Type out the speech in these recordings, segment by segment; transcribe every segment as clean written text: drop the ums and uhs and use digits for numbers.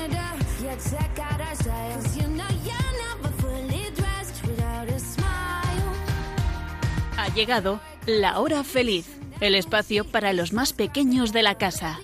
Ha llegado La Hora Feliz, el espacio para los más pequeños de la casa.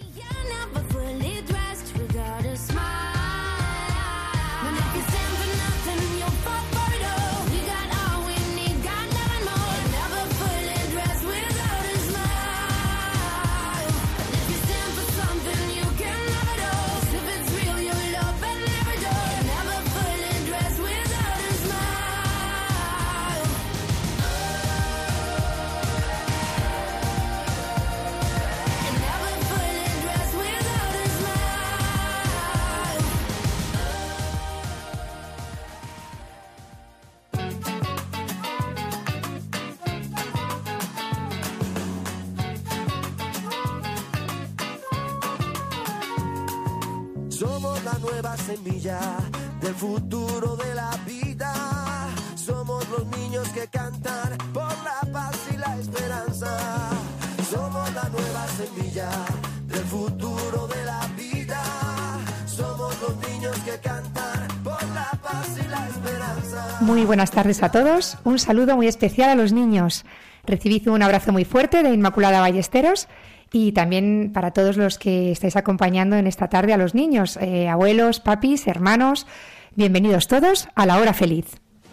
Somos la nueva semilla del futuro de la vida. Somos los niños que cantan por la paz y la esperanza. Somos la nueva semilla del futuro de la vida. Somos los niños que cantan por la paz y la esperanza. Muy buenas tardes a todos. Un saludo muy especial a los niños. Recibid un abrazo muy fuerte de Inmaculada Ballesteros. Y también para todos los que estáis acompañando en esta tarde a los niños, abuelos, papis, hermanos, bienvenidos todos a La Hora Feliz.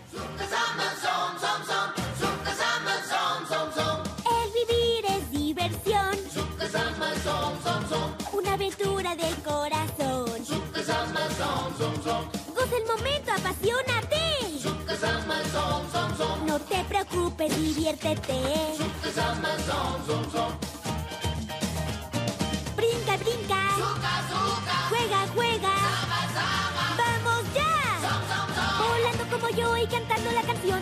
El vivir es diversión, una aventura del corazón. Goza el momento, apasionate. No te preocupes, diviértete. Brinca, brinca. Juega, juega. Vamos ya. Volando como yo y cantando la canción.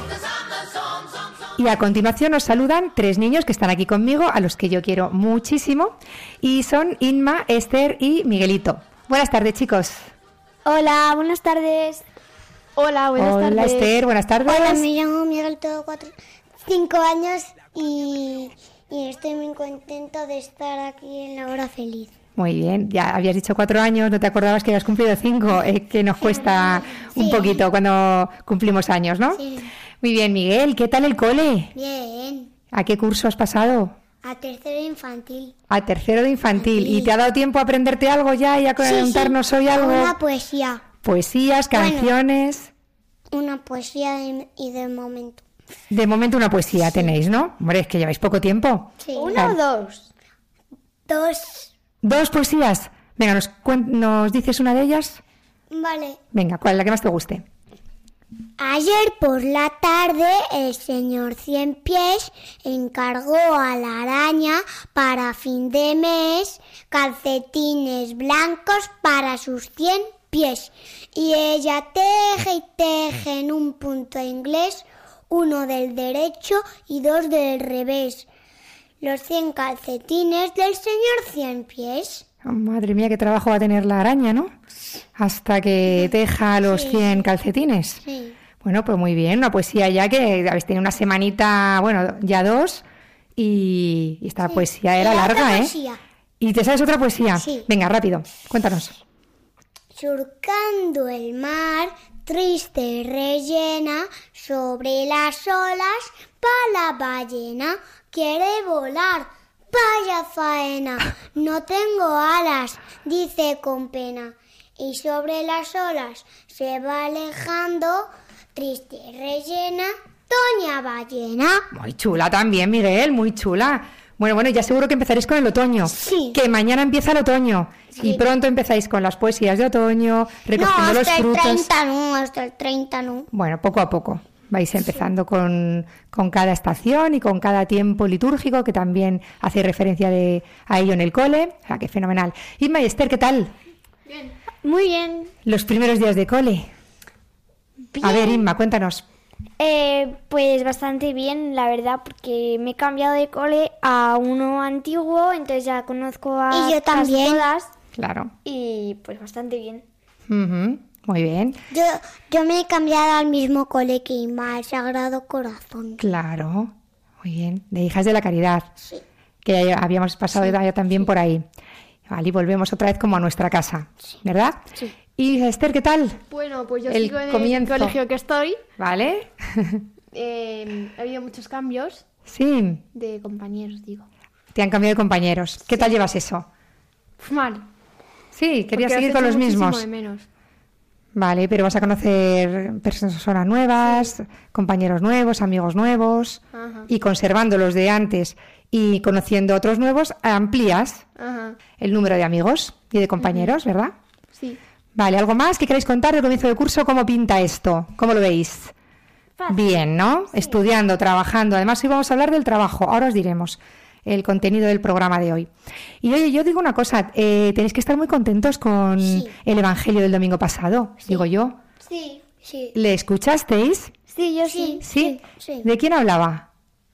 Y a continuación nos saludan tres niños que están aquí conmigo, a los que yo quiero muchísimo, y son Inma, Esther y Miguelito. Buenas tardes, chicos. Hola, buenas tardes. Hola, Esther, buenas tardes. Hola, me llamo Miguel, tengo 5 años y estoy muy contento de estar aquí en La Hora Feliz. Muy bien, ya habías dicho 4 años, no te acordabas que habías cumplido 5, que nos cuesta un poquito cuando cumplimos años, ¿no? Sí. Muy bien, Miguel, ¿qué tal el cole? Bien. ¿A qué curso has pasado? A tercero infantil. A tercero de infantil. ¿Y te ha dado tiempo a aprenderte algo ya y a contarnos hoy algo? Una poesía. Poesías, canciones. Una poesía y de momento. De momento una poesía tenéis, ¿no? Hombre, es que lleváis poco tiempo. Sí. ¿Una o dos? Dos. ¿2 poesías? Venga, ¿nos dices una de ellas? Vale. Venga, ¿cuál? La que más te guste. Ayer por la tarde el señor Cienpiés encargó a la araña para fin de mes calcetines blancos para sus 100 pies. Y ella teje y teje en un punto inglés, 1 del derecho y 2 del revés. Los 100 calcetines del señor Cienpiés. Oh, madre mía, qué trabajo va a tener la araña, ¿no? Hasta que teja los 100 calcetines. Sí. Bueno, pues muy bien, una poesía ya que habéis tenido una semanita, bueno, ya 2, y esta poesía era larga, poesía. ¿Y te sabes otra poesía? Sí. Venga, rápido, cuéntanos. Surcando el mar, triste y rellena, sobre las olas va la ballena, quiere volar, vaya faena, no tengo alas, dice con pena, y sobre las olas se va alejando, triste y rellena, doña ballena. Muy chula también, Miguel, muy chula. Bueno, ya seguro que empezaréis con el otoño. Sí. Que mañana empieza el otoño. Sí. Y pronto empezáis con las poesías de otoño, recogiendo los frutos. Hasta el 30 no. Bueno, poco a poco. Vais empezando con cada estación y con cada tiempo litúrgico, que también hace referencia a ello en el cole. O sea, que fenomenal. Inma y Esther, ¿qué tal? Bien. Muy bien. Los primeros días de cole. Bien. A ver, Inma, cuéntanos. Pues bastante bien, la verdad, porque me he cambiado de cole a uno antiguo, entonces ya conozco a Y yo también. todas. Claro. Y pues bastante bien. Uh-huh. Muy bien. Yo me he cambiado al mismo cole que Inma, al Sagrado Corazón. Claro. Muy bien. De Hijas de la Caridad. Sí. Que ya habíamos pasado ya también por ahí. Vale, y volvemos otra vez como a nuestra casa, ¿verdad? Sí. Y Esther, ¿qué tal? Bueno, pues yo El sigo en comienzo. el colegio que estoy. ¿Vale? Ha habido muchos cambios Sí, de compañeros, digo. te han cambiado de compañeros. ¿Qué tal llevas eso? Mal. Sí, querías porque seguir os con echo los muchísimo mismos. de menos. Vale, pero vas a conocer personas nuevas, compañeros nuevos, amigos nuevos, Ajá. y conservando los de antes y conociendo otros nuevos, amplías Ajá. el número de amigos y de compañeros, ¿verdad? Sí. Vale, ¿algo más que queráis contar del comienzo del curso? ¿Cómo pinta esto? ¿Cómo lo veis? Fácil. Bien, ¿no? Estudiando, trabajando. Además, hoy vamos a hablar del trabajo. Ahora os diremos el contenido del programa de hoy. Y oye, yo digo una cosa, tenéis que estar muy contentos con el Evangelio del domingo pasado, digo yo. Sí, sí. ¿Le escuchasteis? Sí, yo sí. ¿Sí? Sí. ¿De quién hablaba?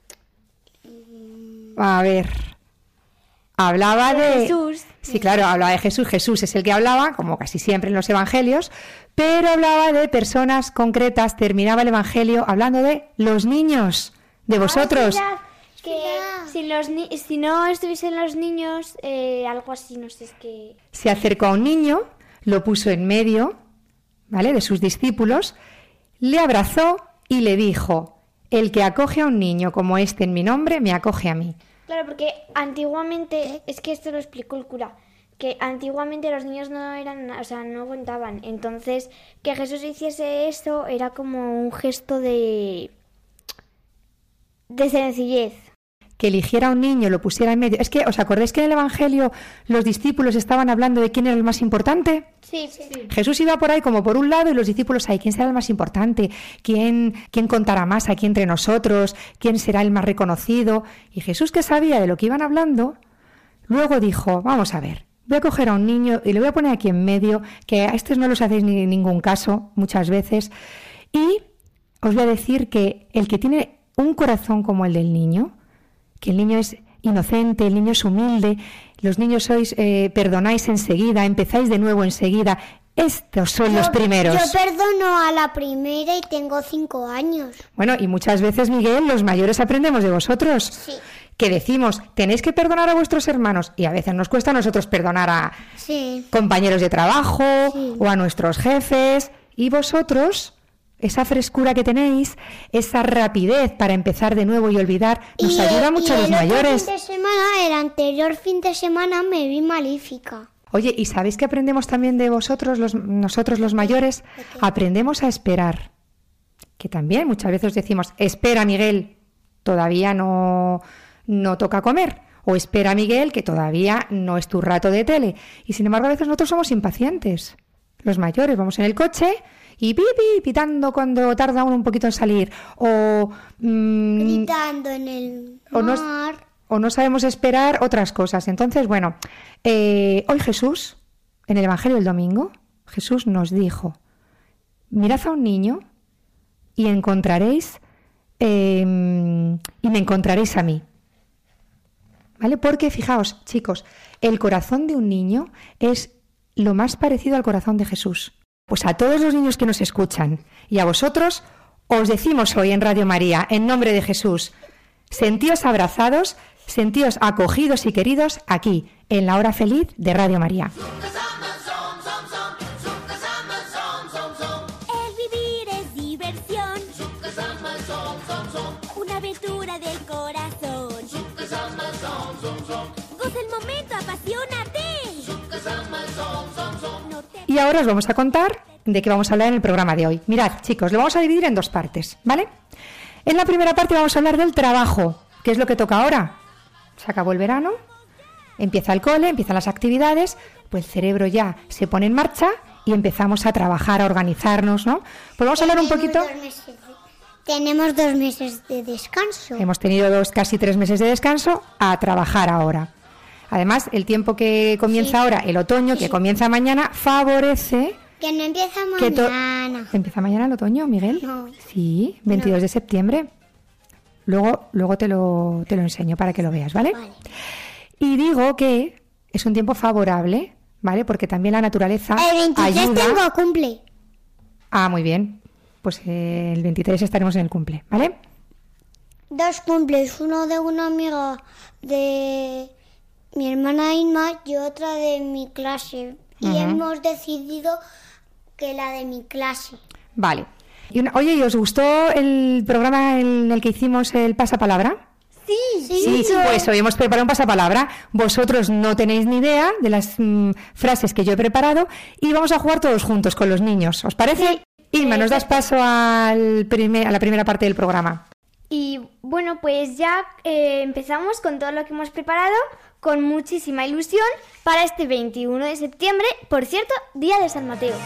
A ver. Hablaba de Jesús. Sí, claro, hablaba de Jesús. Jesús es el que hablaba, como casi siempre en los evangelios, pero hablaba de personas concretas. Terminaba el evangelio hablando de los niños, de vosotros. Que si no estuviesen los niños, algo así, no sé, es que... Se acercó a un niño, lo puso en medio, ¿vale?, de sus discípulos, le abrazó y le dijo: el que acoge a un niño como este en mi nombre, me acoge a mí. Claro, porque antiguamente, es que esto lo explicó el cura, que antiguamente los niños no eran, o sea, no contaban. Entonces, que Jesús hiciese esto era como un gesto de sencillez. Que eligiera a un niño, lo pusiera en medio. Es que, ¿os acordáis que en el evangelio los discípulos estaban hablando de quién era el más importante? Sí. Jesús iba por ahí como por un lado y los discípulos ahí, ¿quién será el más importante? ¿Quién contará más aquí entre nosotros? ¿Quién será el más reconocido? Y Jesús, que sabía de lo que iban hablando, luego dijo: vamos a ver, voy a coger a un niño y le voy a poner aquí en medio, que a estos no los hacéis ni ningún caso muchas veces, y os voy a decir que el que tiene un corazón como el del niño, que el niño es inocente, el niño es humilde, los niños sois, perdonáis enseguida, empezáis de nuevo enseguida. Estos son los primeros. Yo perdono a la primera y tengo 5 años. Bueno, y muchas veces, Miguel, los mayores aprendemos de vosotros. Sí. Que decimos, tenéis que perdonar a vuestros hermanos, y a veces nos cuesta a nosotros perdonar a Sí. compañeros de trabajo o a nuestros jefes, y vosotros, esa frescura que tenéis, esa rapidez para empezar de nuevo y olvidar, nos ayuda mucho a los mayores. El anterior fin de semana me vi Maléfica. Oye, ¿y sabéis que aprendemos también de vosotros, nosotros los mayores? Aprendemos a esperar. Que también muchas veces decimos: espera, Miguel, todavía no toca comer. O espera, Miguel, que todavía no es tu rato de tele. Y sin embargo, a veces nosotros somos impacientes. Los mayores vamos en el coche y pitando cuando tarda uno un poquito en salir. O Gritando en el mar. o no sabemos esperar otras cosas. Entonces, bueno, hoy Jesús, en el Evangelio del domingo, Jesús nos dijo: mirad a un niño y encontraréis, y me encontraréis a mí. ¿Vale? Porque, fijaos, chicos, el corazón de un niño es lo más parecido al corazón de Jesús. Pues a todos los niños que nos escuchan y a vosotros, os decimos hoy en Radio María, en nombre de Jesús: sentíos abrazados, sentíos acogidos y queridos aquí, en la hora feliz de Radio María. El vivir es diversión, una aventura del corazón. Goza el momento, apasionate. No te Y ahora os vamos a contar de qué vamos a hablar en el programa de hoy. Mirad, chicos, lo vamos a dividir en 2 partes, ¿vale? En la primera parte vamos a hablar del trabajo, que es lo que toca ahora. Se acabó el verano, empieza el cole, empiezan las actividades, pues el cerebro ya se pone en marcha y empezamos a trabajar, a organizarnos, ¿no? Pues vamos a hablar un poquito... Tenemos 2 meses de descanso. Hemos tenido casi 3 meses de descanso, a trabajar ahora. Además, el tiempo que comienza ahora, el otoño, que comienza mañana, favorece... Que no empieza que mañana. ¿Empieza mañana el otoño, Miguel? No. Sí, 22 de septiembre. Luego te lo enseño para que lo veas, ¿vale? Vale. Y digo que es un tiempo favorable, ¿vale? Porque también la naturaleza El 23 ayuda... tengo cumple. Ah, muy bien. Pues el 23 estaremos en el cumple, ¿vale? 2 cumples, uno de una amiga de mi hermana Inma y otra de mi clase. Y hemos decidido que la de mi clase. Vale. Oye, ¿y os gustó el programa en el que hicimos el pasapalabra? Sí, pues hoy hemos preparado un pasapalabra. Vosotros no tenéis ni idea de las frases que yo he preparado y vamos a jugar todos juntos con los niños. ¿Os parece? Inma, nos das paso a la primera parte del programa. Y bueno, pues ya empezamos con todo lo que hemos preparado con muchísima ilusión para este 21 de septiembre, por cierto, Día de San Mateo.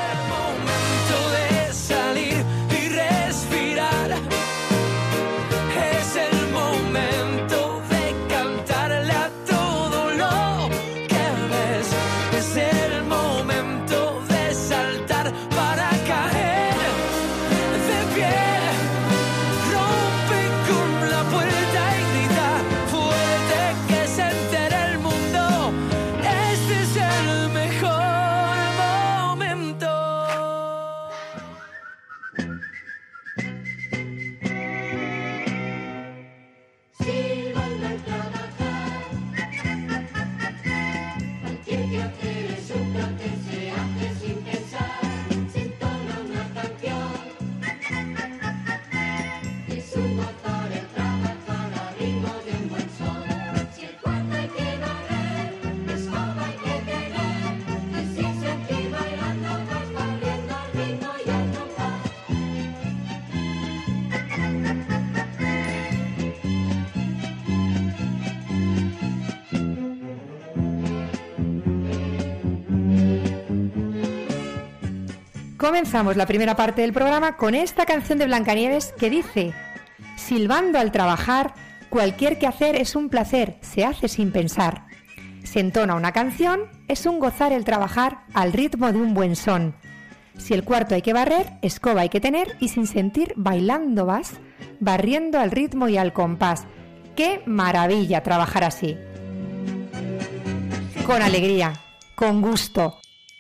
Comenzamos la primera parte del programa con esta canción de Blancanieves que dice: silbando al trabajar, cualquier quehacer es un placer, se hace sin pensar. Se entona una canción, es un gozar el trabajar al ritmo de un buen son. Si el cuarto hay que barrer, escoba hay que tener y sin sentir bailando vas, barriendo al ritmo y al compás. ¡Qué maravilla trabajar así! Con alegría, con gusto.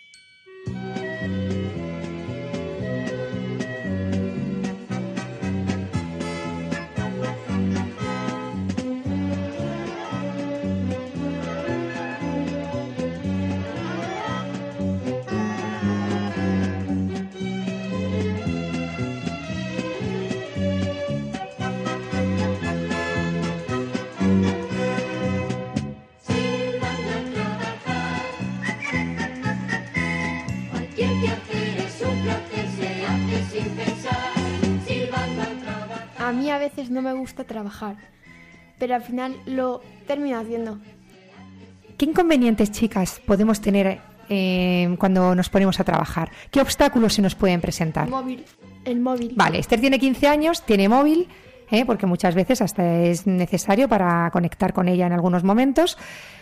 A mí a veces no me gusta trabajar, pero al final lo termino haciendo. ¿Qué inconvenientes, chicas, podemos tener cuando nos ponemos a trabajar? ¿Qué obstáculos se nos pueden presentar? El móvil. Vale, Esther tiene 15 años, tiene móvil, porque muchas veces hasta es necesario para conectar con ella en algunos momentos.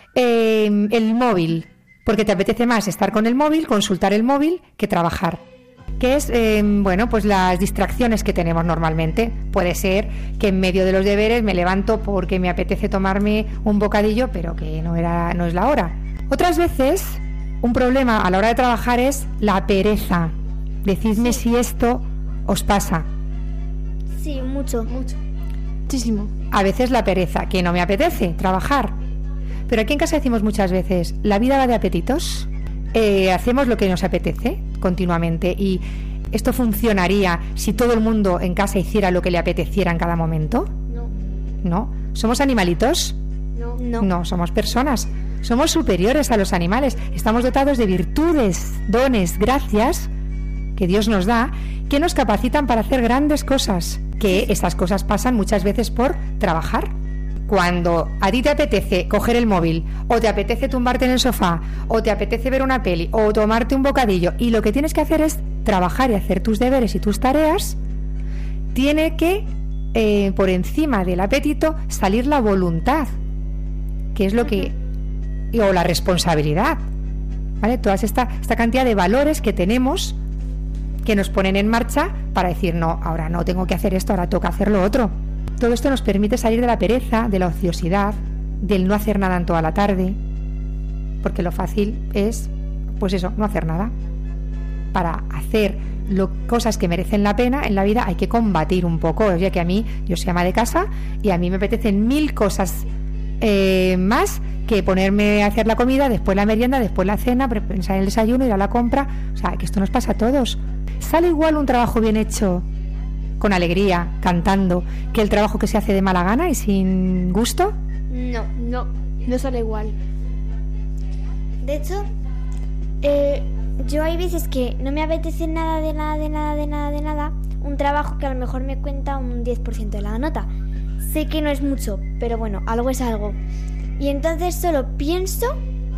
El móvil, porque te apetece más estar con el móvil, consultar el móvil, que trabajar. Que es, pues las distracciones que tenemos normalmente. Puede ser que en medio de los deberes me levanto porque me apetece tomarme un bocadillo, pero que no es la hora. Otras veces, un problema a la hora de trabajar es la pereza. Decidme si esto os pasa. Sí, mucho. Muchísimo. A veces la pereza, que no me apetece trabajar. Pero aquí en casa decimos muchas veces, la vida va de apetitos. Hacemos lo que nos apetece continuamente y ¿esto funcionaría si todo el mundo en casa hiciera lo que le apeteciera en cada momento? No. ¿Somos animalitos? No, somos personas. Somos superiores a los animales. Estamos dotados de virtudes, dones, gracias que Dios nos da, que nos capacitan para hacer grandes cosas. Que esas cosas pasan muchas veces por trabajar. Cuando a ti te apetece coger el móvil, o te apetece tumbarte en el sofá, o te apetece ver una peli, o tomarte un bocadillo, y lo que tienes que hacer es trabajar y hacer tus deberes y tus tareas, tiene que, por encima del apetito, salir la voluntad, que es lo que... o la responsabilidad, ¿vale? Toda esta cantidad de valores que tenemos que nos ponen en marcha para decir, no, ahora no tengo que hacer esto, ahora toca hacer lo otro. Todo esto nos permite salir de la pereza, de la ociosidad, del no hacer nada en toda la tarde, porque lo fácil es, pues eso, no hacer nada. Para hacer cosas que merecen la pena en la vida hay que combatir un poco, ya que yo soy ama de casa y a mí me apetecen 1000 cosas más que ponerme a hacer la comida, después la merienda, después la cena, pensar en el desayuno, ir a la compra. O sea, que esto nos pasa a todos. ¿Sale igual un trabajo bien hecho, con alegría, cantando, que el trabajo que se hace de mala gana y sin gusto? No sale igual. De hecho, yo hay veces que no me apetece nada un trabajo que a lo mejor me cuenta un 10% de la nota. Sé que no es mucho, pero bueno, algo es algo. Y entonces solo pienso,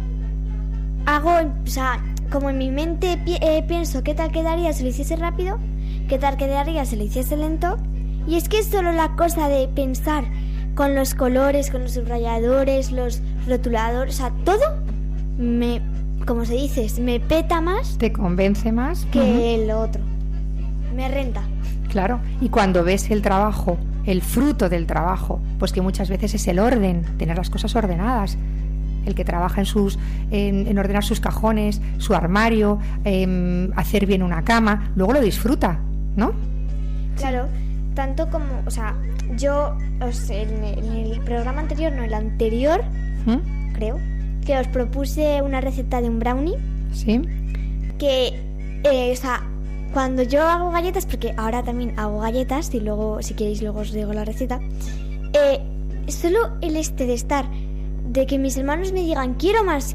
como en mi mente pienso qué tal quedaría si lo hiciese rápido, qué tal quedaría si lo hiciese lento. Y es que es solo la cosa de pensar con los colores, con los subrayadores, los rotuladores, o sea, todo me peta más. ¿Te convence más? Que lo otro. Me renta. Claro, y cuando ves el trabajo, el fruto del trabajo, pues que muchas veces es el orden, tener las cosas ordenadas. El que trabaja en ordenar sus cajones, su armario, hacer bien una cama, luego lo disfruta, ¿no? Claro, tanto como, yo en el programa anterior, no, el anterior, creo, que os propuse una receta de un brownie. Sí. Que, cuando yo hago galletas, porque ahora también hago galletas, y luego, si queréis, luego os digo la receta, solo el de estar, de que mis hermanos me digan quiero más,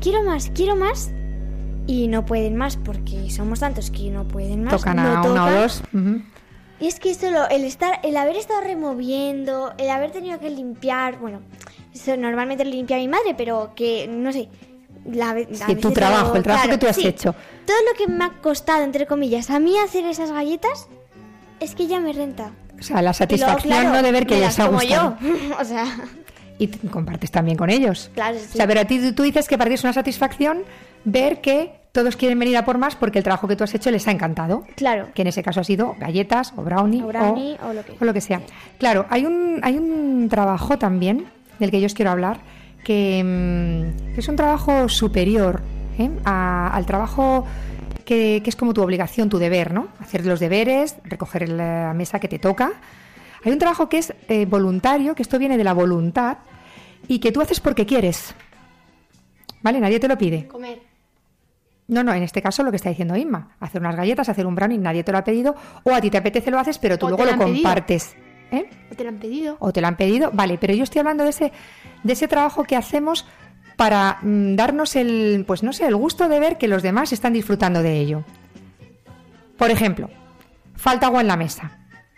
y no pueden más, porque somos tantos que no pueden más. Tocan a uno o dos. Y es que solo el haber estado removiendo, el haber tenido que limpiar, bueno, eso normalmente lo limpia mi madre, pero que, no sé, tu trabajo, el trabajo que tú has hecho. Todo lo que me ha costado, entre comillas, a mí hacer esas galletas, es que ya me renta. O sea, la satisfacción no de ver que les ha gustado. O sea... Y compartes también con ellos. Claro, sí. O sea, pero a ti tú dices que para ti es una satisfacción ver que todos quieren venir a por más porque el trabajo que tú has hecho les ha encantado. Claro. Que en ese caso ha sido galletas o brownie o lo que sea. Claro, hay un trabajo también del que yo os quiero hablar que es un trabajo superior al trabajo que es como tu obligación, tu deber, ¿no? Hacer los deberes, recoger la mesa que te toca. Hay un trabajo que es voluntario, que esto viene de la voluntad y que tú haces porque quieres. ¿Vale? Nadie te lo pide. Comer. No, en este caso lo que está diciendo Inma. Hacer unas galletas, hacer un brownie, nadie te lo ha pedido. O a ti te apetece, lo haces, pero tú luego lo compartes. ¿O te lo han pedido? O te lo han pedido. Vale, pero yo estoy hablando de ese trabajo que hacemos para darnos el gusto de ver que los demás están disfrutando de ello. Por ejemplo, falta agua en la mesa.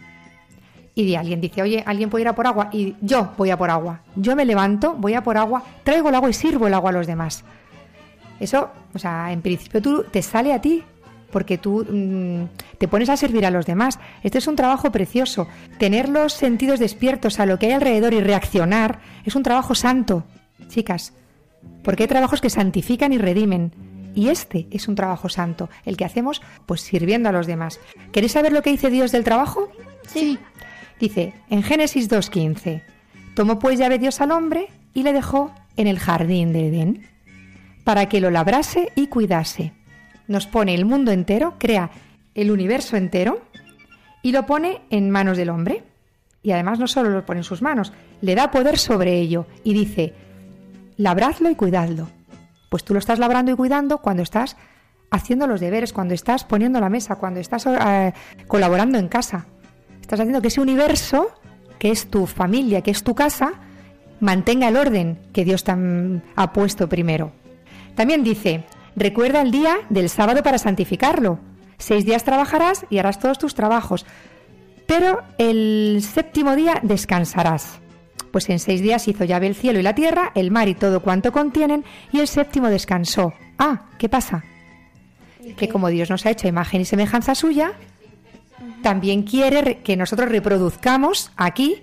Y alguien dice, oye, ¿alguien puede ir a por agua? Y yo voy a por agua. Yo me levanto, voy a por agua, traigo el agua y sirvo el agua a los demás. Eso, en principio te sale a ti, porque tú te pones a servir a los demás. Este es un trabajo precioso. Tener los sentidos despiertos a lo que hay alrededor y reaccionar es un trabajo santo, chicas. Porque hay trabajos que santifican y redimen. Y este es un trabajo santo, el que hacemos pues sirviendo a los demás. ¿Queréis saber lo que dice Dios del trabajo? Sí. Dice, en Génesis 2:15, tomó pues Yahvé Dios al hombre y le dejó en el jardín de Edén para que lo labrase y cuidase. Nos pone el mundo entero, crea el universo entero y lo pone en manos del hombre. Y además no solo lo pone en sus manos, le da poder sobre ello y dice, labradlo y cuidadlo. Pues tú lo estás labrando y cuidando cuando estás haciendo los deberes, cuando estás poniendo la mesa, cuando estás colaborando en casa. Estás haciendo que ese universo, que es tu familia, que es tu casa, mantenga el orden que Dios te ha puesto primero. También dice, recuerda el día del sábado para santificarlo. 6 días trabajarás y harás todos tus trabajos, pero el 7º día descansarás. Pues en 6 días hizo Yahvé el cielo y la tierra, el mar y todo cuanto contienen, y el 7º descansó. ¿Qué pasa? Que como Dios nos ha hecho imagen y semejanza suya, también quiere que nosotros reproduzcamos aquí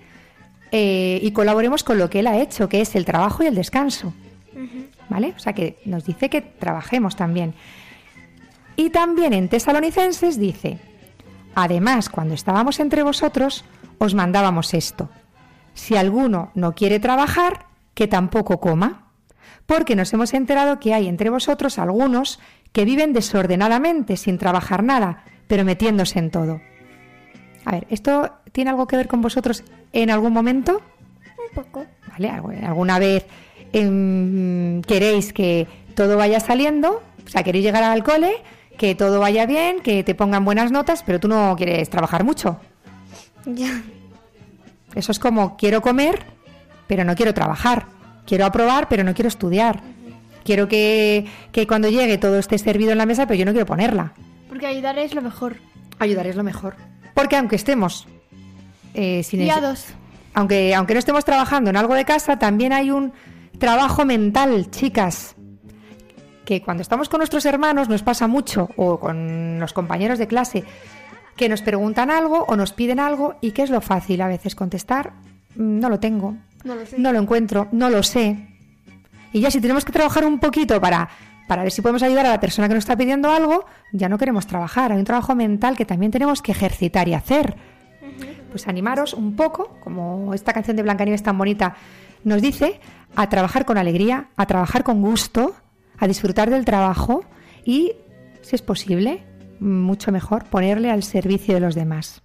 y colaboremos con lo que Él ha hecho, que es el trabajo y el descanso. ¿Vale? O sea que nos dice que trabajemos también. Y también en Tesalonicenses dice, además, cuando estábamos entre vosotros, os mandábamos esto. Si alguno no quiere trabajar, que tampoco coma, porque nos hemos enterado que hay entre vosotros algunos que viven desordenadamente, sin trabajar nada, pero metiéndose en todo. A ver, ¿esto tiene algo que ver con vosotros en algún momento? Un poco. ¿vale? ¿Alguna vez queréis que todo vaya saliendo? O sea, queréis llegar al cole, que todo vaya bien, que te pongan buenas notas, pero tú no quieres trabajar mucho. Ya. Eso es como, quiero comer, pero no quiero trabajar. Quiero aprobar, pero no quiero estudiar. Quiero que cuando llegue todo esté servido en la mesa, pero yo no quiero ponerla. Porque ayudar es lo mejor. Ayudar es lo mejor. Porque aunque estemos liados, aunque no estemos trabajando en algo de casa, también hay un trabajo mental, chicas. Que cuando estamos con nuestros hermanos nos pasa mucho, o con los compañeros de clase, que nos preguntan algo o nos piden algo, y ¿qué es lo fácil a veces? Contestar, no lo tengo, no lo sé, no lo encuentro, no lo sé. Y ya si tenemos que trabajar un poquito para ver si podemos ayudar a la persona que nos está pidiendo algo, ya no queremos trabajar. Hay un trabajo mental que también tenemos que ejercitar y hacer. Pues animaros un poco, como esta canción de Blancanieves tan bonita nos dice, a trabajar con alegría, a trabajar con gusto, a disfrutar del trabajo y, si es posible, mucho mejor, ponerle al servicio de los demás.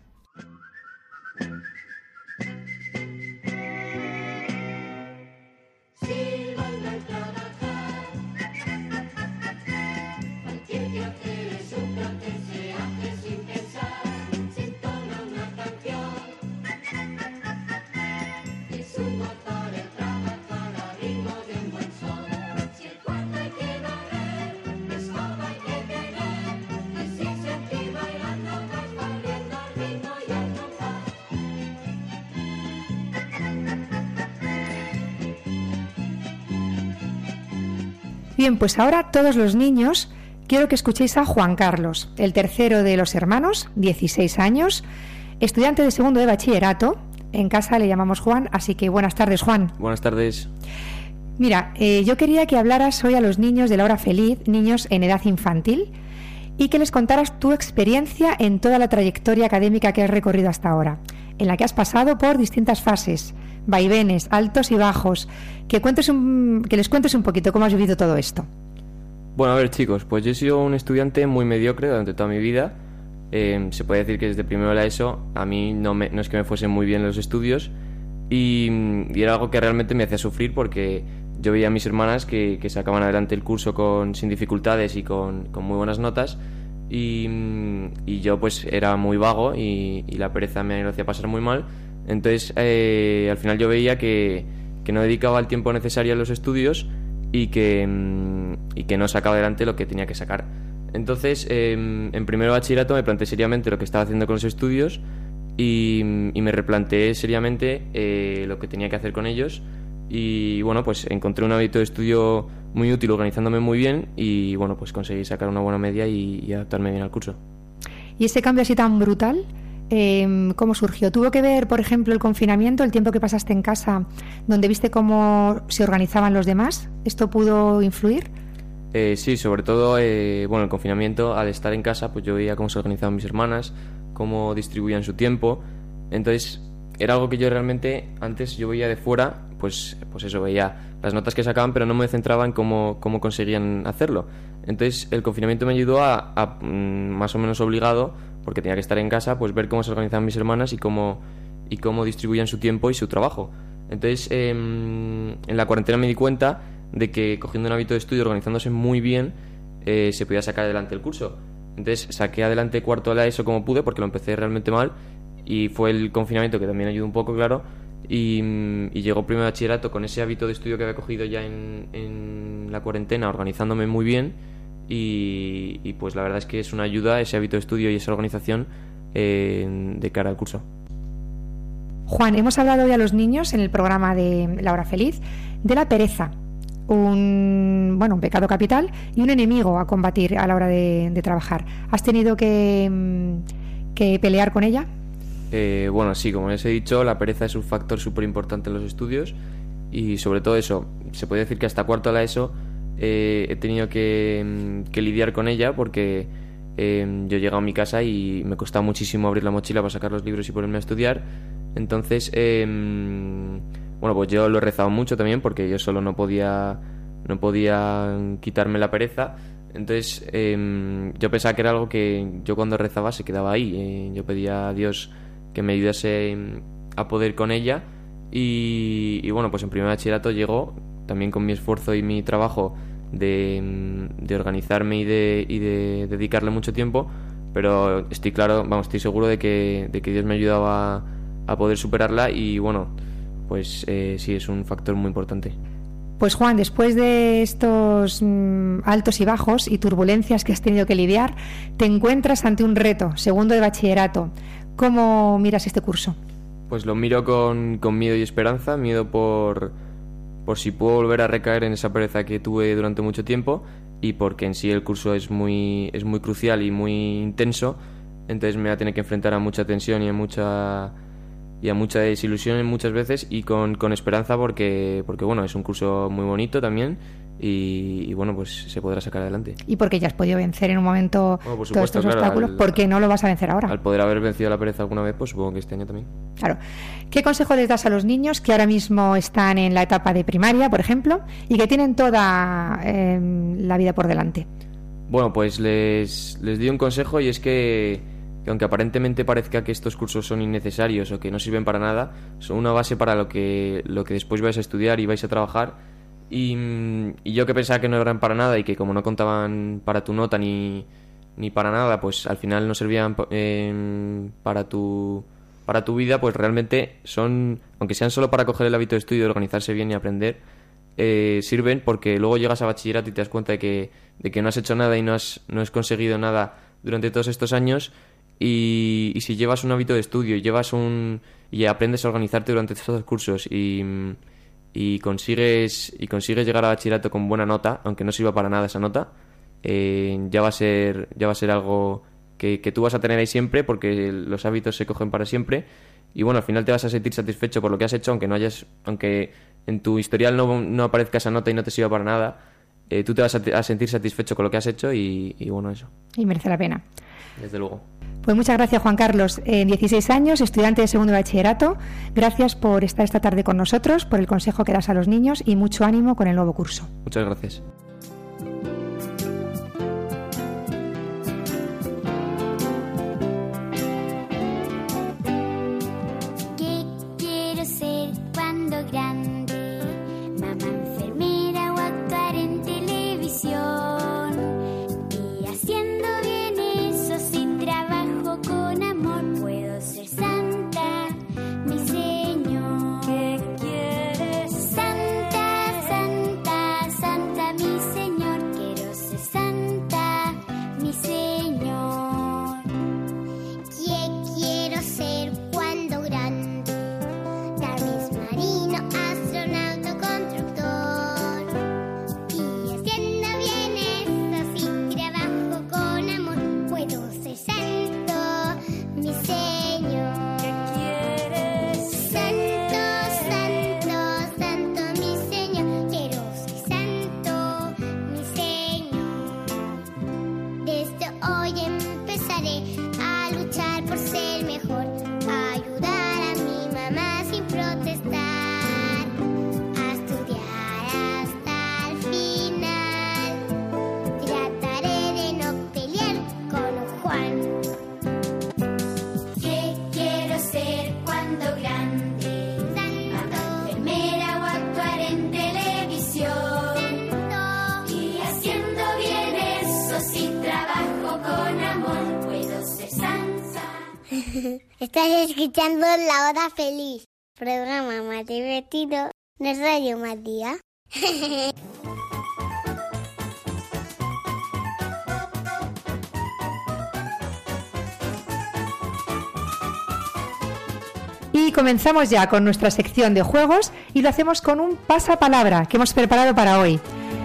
Bien, pues ahora todos los niños quiero que escuchéis a Juan Carlos, el tercero de los hermanos, 16 años, estudiante de segundo de bachillerato. En casa le llamamos Juan, así que buenas tardes, Juan. Buenas tardes. Mira, yo quería que hablaras hoy a los niños de la hora feliz, niños en edad infantil, y que les contaras tu experiencia en toda la trayectoria académica que has recorrido hasta ahora, en la que has pasado por distintas fases, vaivenes, altos y bajos, que les cuentes un poquito cómo has vivido todo esto. Bueno, a ver, chicos, pues yo he sido un estudiante muy mediocre durante toda mi vida. Se puede decir que desde primero de la ESO a mí no es que me fuesen muy bien los estudios y era algo que realmente me hacía sufrir porque yo veía a mis hermanas que sacaban adelante el curso sin dificultades y con muy buenas notas y yo pues era muy vago y la pereza me hacía pasar muy mal. Entonces al final yo veía que no dedicaba el tiempo necesario a los estudios y que no sacaba adelante lo que tenía que sacar. Entonces en primero de bachillerato me planteé seriamente lo que estaba haciendo con los estudios y me replanteé seriamente lo que tenía que hacer con ellos y bueno, pues encontré un hábito de estudio muy útil organizándome muy bien y bueno, pues conseguí sacar una buena media y adaptarme bien al curso. ¿Y ese cambio así tan brutal? ¿Cómo surgió? ¿Tuvo que ver, por ejemplo, el confinamiento, el tiempo que pasaste en casa, donde viste cómo se organizaban los demás? ¿Esto pudo influir? Sí, sobre todo, el confinamiento, al estar en casa, pues yo veía cómo se organizaban mis hermanas, cómo distribuían su tiempo. Entonces, era algo que yo realmente, antes yo veía de fuera, pues eso, veía las notas que sacaban, pero no me centraba en cómo conseguían hacerlo. Entonces, el confinamiento me ayudó a más o menos obligado, porque tenía que estar en casa, pues ver cómo se organizaban mis hermanas y cómo distribuían su tiempo y su trabajo. Entonces, en la cuarentena me di cuenta de que cogiendo un hábito de estudio, organizándose muy bien, se podía sacar adelante el curso. Entonces saqué adelante cuarto de la ESO como pude, porque lo empecé realmente mal, y fue el confinamiento que también ayudó un poco, claro, y llegó primero de bachillerato con ese hábito de estudio que había cogido ya en la cuarentena, organizándome muy bien, y pues la verdad es que es una ayuda ese hábito de estudio y esa organización de cara al curso. Juan, hemos hablado hoy a los niños en el programa de La Hora Feliz de la pereza, un pecado capital y un enemigo a combatir a la hora de trabajar. ¿Has tenido que pelear con ella? Sí, como les he dicho, la pereza es un factor súper importante en los estudios y sobre todo eso, se puede decir que hasta cuarto de la ESO he tenido que lidiar con ella porque yo llegaba a mi casa y me costaba muchísimo abrir la mochila para sacar los libros y ponerme a estudiar. Entonces, pues yo lo he rezado mucho también porque yo solo no podía quitarme la pereza. Entonces, yo pensaba que era algo que yo cuando rezaba se quedaba ahí. Yo pedía a Dios que me ayudase a poder con ella y bueno, pues en primer bachillerato llegó, también con mi esfuerzo y mi trabajo de organizarme y de dedicarle mucho tiempo, pero estoy seguro de que Dios me ayudaba a poder superarla y bueno, pues sí, es un factor muy importante. Pues Juan, después de estos altos y bajos y turbulencias que has tenido que lidiar, te encuentras ante un reto, segundo de bachillerato. ¿Cómo miras este curso? Pues lo miro con miedo y esperanza, miedo por si puedo volver a recaer en esa pereza que tuve durante mucho tiempo y porque en sí el curso es muy crucial y muy intenso, entonces me voy a tener que enfrentar a mucha tensión y a mucha desilusión muchas veces y con esperanza porque bueno, es un curso muy bonito también y bueno, pues se podrá sacar adelante. Y porque ya has podido vencer en un momento por supuesto, todos estos obstáculos, ¿por qué no lo vas a vencer ahora? Al poder haber vencido la pereza alguna vez, pues supongo que este año también. Claro. ¿Qué consejo les das a los niños que ahora mismo están en la etapa de primaria, por ejemplo, y que tienen toda la vida por delante? Bueno, pues les doy un consejo y es que aunque aparentemente parezca que estos cursos son innecesarios o que no sirven para nada, son una base para lo que después vais a estudiar y vais a trabajar. Y yo que pensaba que no eran para nada y que como no contaban para tu nota ni para nada, pues al final no servían para tu vida, pues realmente son, aunque sean solo para coger el hábito de estudio, de organizarse bien y aprender, sirven porque luego llegas a bachillerato y te das cuenta de que no has hecho nada y no has conseguido nada durante todos estos años. Y si llevas un hábito de estudio y aprendes a organizarte durante estos cursos y consigues llegar a bachillerato con buena nota, aunque no sirva para nada esa nota, ya va a ser algo que tú vas a tener ahí siempre porque los hábitos se cogen para siempre y bueno, al final te vas a sentir satisfecho por lo que has hecho, aunque en tu historial no aparezca esa nota y no te sirva para nada, tú te vas a sentir satisfecho con lo que has hecho y bueno, eso. Y merece la pena. Desde luego. Pues muchas gracias, Juan Carlos. 16 años, estudiante de segundo de bachillerato. Gracias por estar esta tarde con nosotros, por el consejo que das a los niños y mucho ánimo con el nuevo curso. Muchas gracias. ¿Qué quiero ser cuando grande? Mamá enfermera o actuar en televisión. Y haciendo bien eso, si trabajo con amor, puedo ser santa, mi Señor. ¿Qué quieres? Santa, santa, santa, mi Señor. Quiero ser santa, mi Señor. ¿Qué quiero ser cuando grande? Tal vez marino, astronauta, constructor. Y haciendo bien eso, si trabajo con amor, puedo ser santo, mi Señor. ¿Qué quieres? Santo, santo, santo, mi Señor. Quiero ser santo, mi Señor. Desde hoy empezaré a luchar por ser mejor, a ayudar a mi mamá sin protestar, a estudiar hasta el final. Trataré de no pelear con Juan. ¿Qué quiero ser cuando grande? Santo, Enfermera o actuar en televisión. santo, Y haciendo bien eso, si trabajo con amor, puedo ser santa. Estás escuchando La Hora Feliz, programa más divertido de Radio Matías. Y comenzamos ya con nuestra sección de juegos y lo hacemos con un pasapalabra que hemos preparado para hoy.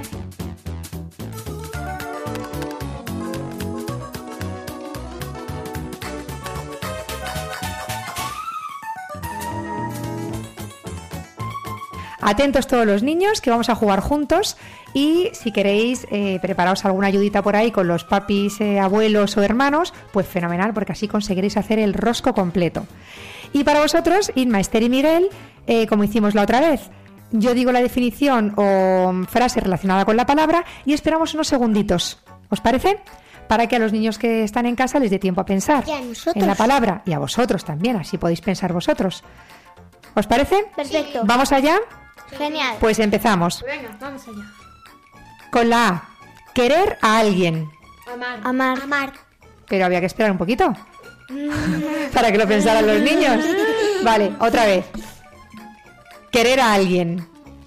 Atentos todos los niños, que vamos a jugar juntos y si queréis preparaos alguna ayudita por ahí con los papis, abuelos o hermanos, pues fenomenal, porque así conseguiréis hacer el rosco completo. Y para vosotros, Inma, Esther y Miguel, como hicimos la otra vez, yo digo la definición o frase relacionada con la palabra y esperamos unos segunditos. ¿Os parece? Para que a los niños que están en casa les dé tiempo a pensar Y a nosotros. en la palabra y a vosotros también, así podéis pensar vosotros. ¿Os parece? Perfecto. ¿Vamos allá? Genial. Pues empezamos. Venga, vamos allá. Con la A. Querer a alguien. Amar. Amar. Pero había que esperar un poquito. Para que lo pensaran los niños. Vale, otra vez. Querer a alguien.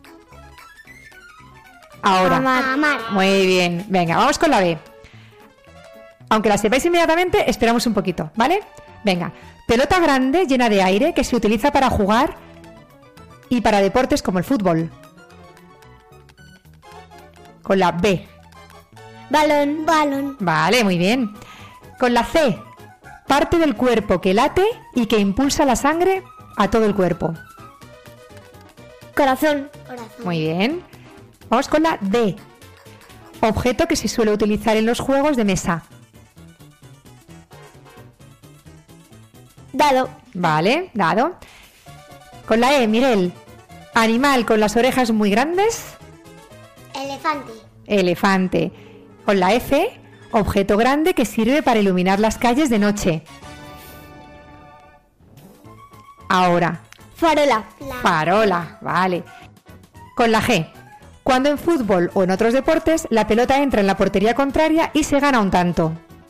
Ahora. Amar. Muy bien. Venga, vamos con la B. Aunque la sepáis inmediatamente, esperamos un poquito, ¿vale? Venga. Pelota grande llena de aire que se utiliza para jugar y para deportes como el fútbol. Con la B. Balón. Balón. Vale, muy bien. Con la C. Parte del cuerpo que late y que impulsa la sangre a todo el cuerpo. Corazón. Corazón. Muy bien. Vamos con la D. Objeto que se suele utilizar en los juegos de mesa. Dado. Vale, dado. Con la E, Miguel. Animal con las orejas muy grandes. Elefante. Elefante. Con la F. Objeto grande que sirve para iluminar las calles de noche. Ahora. Farola. Farola, vale. Con la G. Cuando en fútbol o en otros deportes la pelota entra en la portería contraria y se gana un tanto.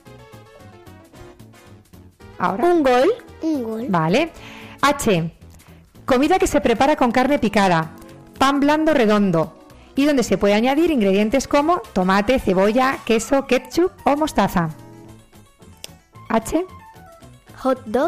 Ahora. Un gol. Un gol. Vale. H. Comida que se prepara con carne picada, pan blando redondo y donde se puede añadir ingredientes como tomate, cebolla, queso, ketchup o mostaza. H. Hot dog.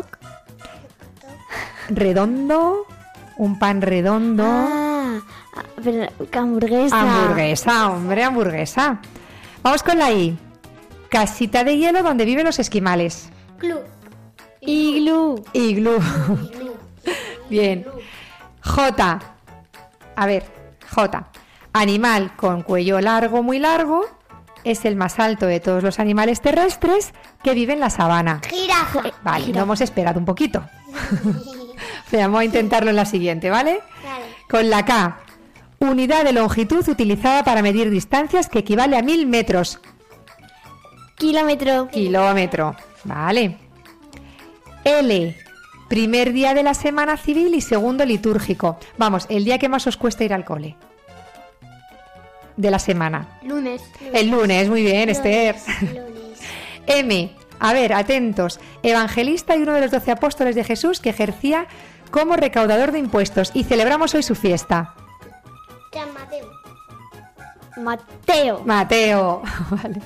Redondo. Un pan redondo. Pero hamburguesa. Hamburguesa, hombre, hamburguesa. Vamos con la I. Casita de hielo donde viven los esquimales. Club. Iglú. Iglú. Bien. J. A ver, J. Animal con cuello largo, muy largo. Es el más alto de todos los animales terrestres que vive en la sabana. Jirafa. Vale, no hemos esperado un poquito. Vamos a intentarlo en la siguiente, ¿vale? Vale. Con la K. Unidad de longitud utilizada para medir distancias que equivale a 1000 metros. Kilómetro. Kilómetro. Vale. L. Primer día de la semana civil y segundo litúrgico. Vamos, el día que más os cuesta ir al cole. De la semana. Lunes. El lunes, muy bien, Esther. Lunes. M. A ver, atentos. Evangelista y uno de los 12 apóstoles de Jesús que ejercía como recaudador de impuestos. Y celebramos hoy su fiesta. San Mateo. Mateo. Mateo. Vale.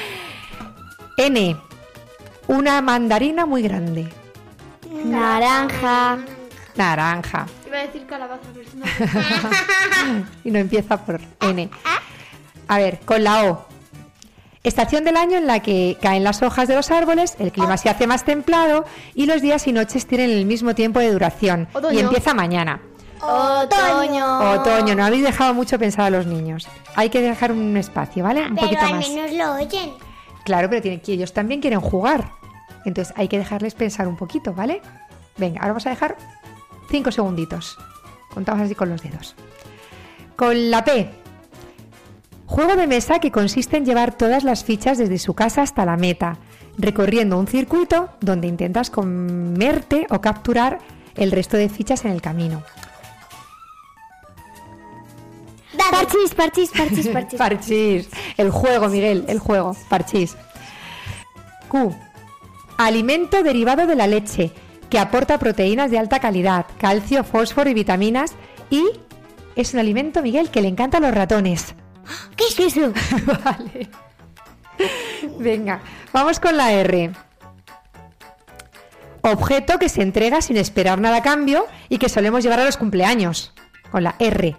N. Una mandarina muy grande. Naranja. Naranja. Iba a decir calabaza, pero no. Y no empieza por N. A ver, con la O. Estación del año en la que caen las hojas de los árboles, el clima se hace más templado y los días y noches tienen el mismo tiempo de duración. Otoño. Y empieza mañana. Otoño. Otoño, no habéis dejado mucho pensar a los niños. Hay que dejar un espacio, ¿vale? Un Pero poquito al más. menos lo oyen. Claro, pero que ellos también quieren jugar. Entonces hay que dejarles pensar un poquito, ¿vale? Venga, ahora vamos a dejar 5 segunditos. Contamos así con los dedos. Con la P. Juego de mesa que consiste en llevar todas las fichas desde su casa hasta la meta, recorriendo un circuito donde intentas comerte o capturar el resto de fichas en el camino. Parchís, parchís, parchís, parchís. Parchís. El juego, Miguel, el juego. Parchís. Q. Alimento derivado de la leche, que aporta proteínas de alta calidad, calcio, fósforo y vitaminas, y es un alimento, Miguel, que le encanta a los ratones. ¿Qué es eso? Vale. Venga, vamos con la R. Objeto que se entrega sin esperar nada a cambio y que solemos llevar a los cumpleaños. Con la R.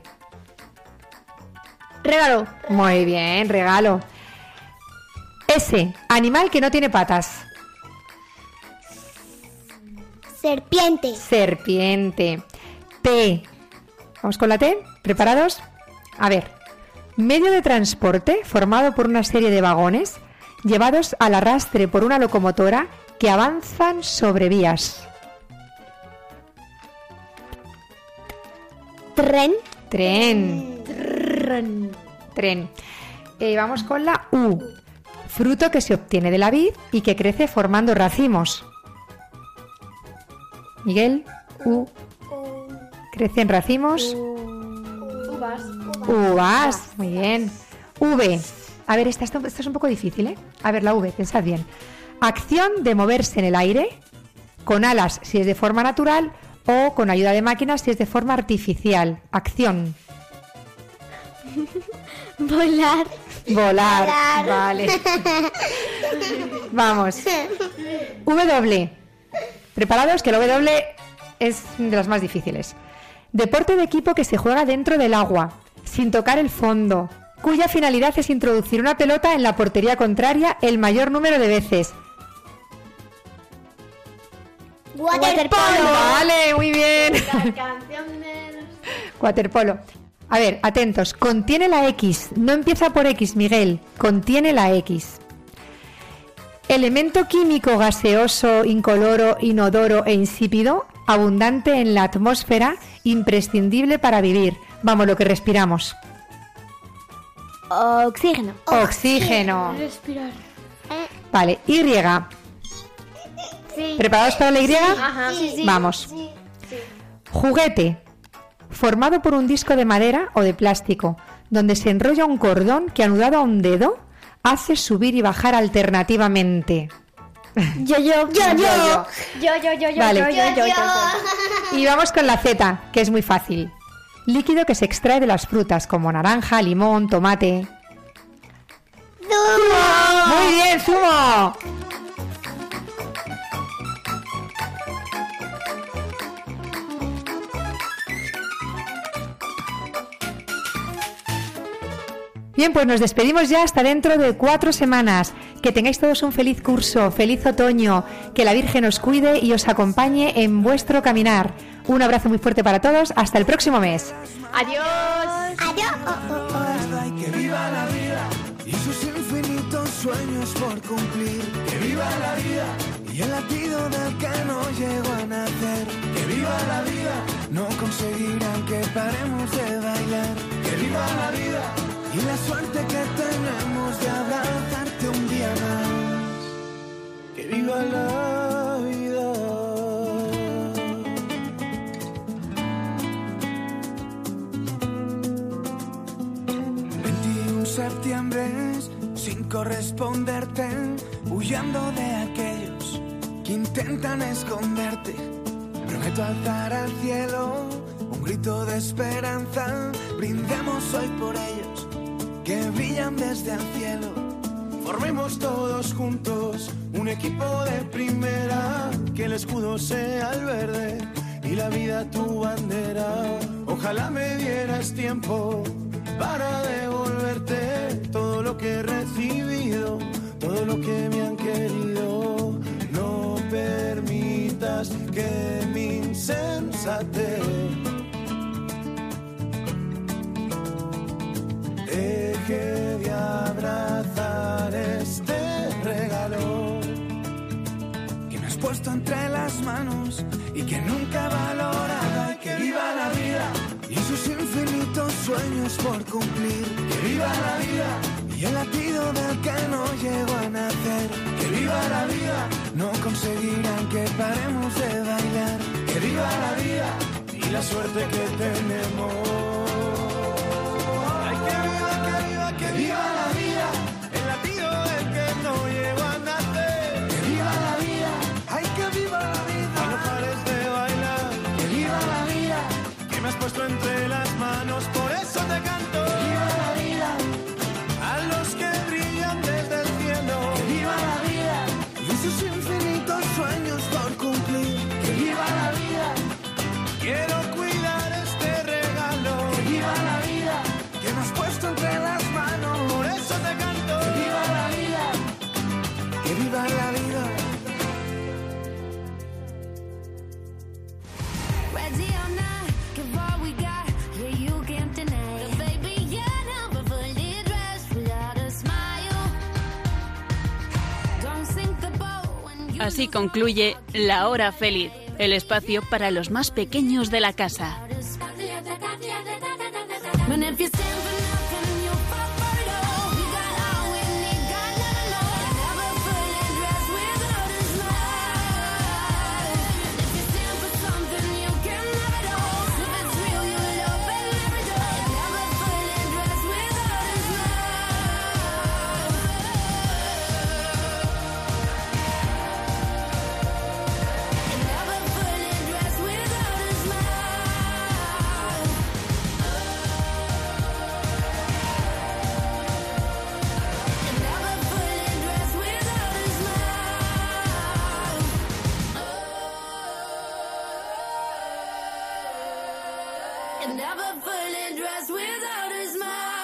Regalo. Muy bien, regalo. S. Animal que no tiene patas. Serpiente. Serpiente. T. Vamos con la T. ¿Preparados? A ver. Medio de transporte formado por una serie de vagones llevados al arrastre por una locomotora que avanzan sobre vías. Tren. Tren. Tren. Vamos con la U. Fruto que se obtiene de la vid y que crece formando racimos. Miguel, U. Crecen racimos. Uvas, muy bien. V. A ver, esto es un poco difícil, ¿eh? A ver, la V, pensad bien. Acción de moverse en el aire, con alas si es de forma natural o con ayuda de máquinas si es de forma artificial. Acción. Volar. Volar. Vale. Vamos. W. Preparados, que el W es de las más difíciles. Deporte de equipo que se juega dentro del agua, sin tocar el fondo, cuya finalidad es introducir una pelota en la portería contraria el mayor número de veces. Waterpolo. Vale, muy bien. La canción de los... Waterpolo. A ver, atentos. Contiene la X. No empieza por X, Miguel. Contiene la X. Elemento químico gaseoso, incoloro, inodoro e insípido, abundante en la atmósfera, imprescindible para vivir. Vamos, lo que respiramos. Oxígeno. Oxígeno. Respirar. Vale, Y. Sí. ¿Preparados para la Y? Ajá. Sí. Vamos. Juguete. Formado por un disco de madera o de plástico, donde se enrolla un cordón que anudado a un dedo hace subir y bajar alternativamente. Yo. Vale. Y vamos con la Z, que es muy fácil. Líquido que se extrae de las frutas, como naranja, limón, tomate. ¡Zumo! ¡Muy bien, zumo! Bien, pues nos despedimos ya hasta dentro de 4 semanas. Que tengáis todos un feliz curso, feliz otoño, que la Virgen os cuide y os acompañe en vuestro caminar. Un abrazo muy fuerte para todos, hasta el próximo mes. Adiós. Adiós. Que viva la vida y sus infinitos sueños por cumplir. Que viva la vida y el latido del que no llegó a nacer. Que viva la vida, no conseguirán que paremos de bailar. Que viva la vida y la suerte que tenemos de abrazarte un día más. Que viva la vida. 21 septiembre sin corresponderte, huyendo de aquellos que intentan esconderte. Prometo alzar al cielo un grito de esperanza. Brindemos hoy por ellos que brillan desde el cielo. Formemos todos juntos un equipo de primera. Que el escudo sea el verde y la vida tu bandera. Ojalá me dieras tiempo para devolverte todo lo que he recibido, todo lo que me han querido. No permitas que mi insensatez deje de abrazar este regalo que me has puesto entre las manos y que nunca he valorado. Que viva la vida y sus infinitos sueños por cumplir. Que viva la vida y el latido del que no llegó a nacer. Que viva la vida, no conseguirán que paremos de bailar. Que viva la vida y la suerte que tenemos. Ay, que viva la vida, el latido del que no llegó a nacer. Que viva la vida, ay, que viva la vida, y no pares de bailar. Que viva la vida, que me has puesto entre las manos, por eso te canto. Que viva la vida, a los que brillan desde el cielo. Que viva la vida, y sus infinitos sueños por cumplir. Que viva la vida, quiero cuidar este regalo. Que viva la vida, que me has puesto entre las manos, por eso te canto. Que viva la vida, que viva la vida. Ready or not, give all we got, yeah, you can't deny it. Baby, you're never fully dressed without a smile. Don't sink the boat when you Así concluye La Hora Feliz, el espacio para los más pequeños de la casa. But if you stand for nothing, you'll fall for it all. We got all we need, got nothing to know. Never fully dressed without a smile. And if you stand for something, you can have it all. If it's and never fully dressed without a smile.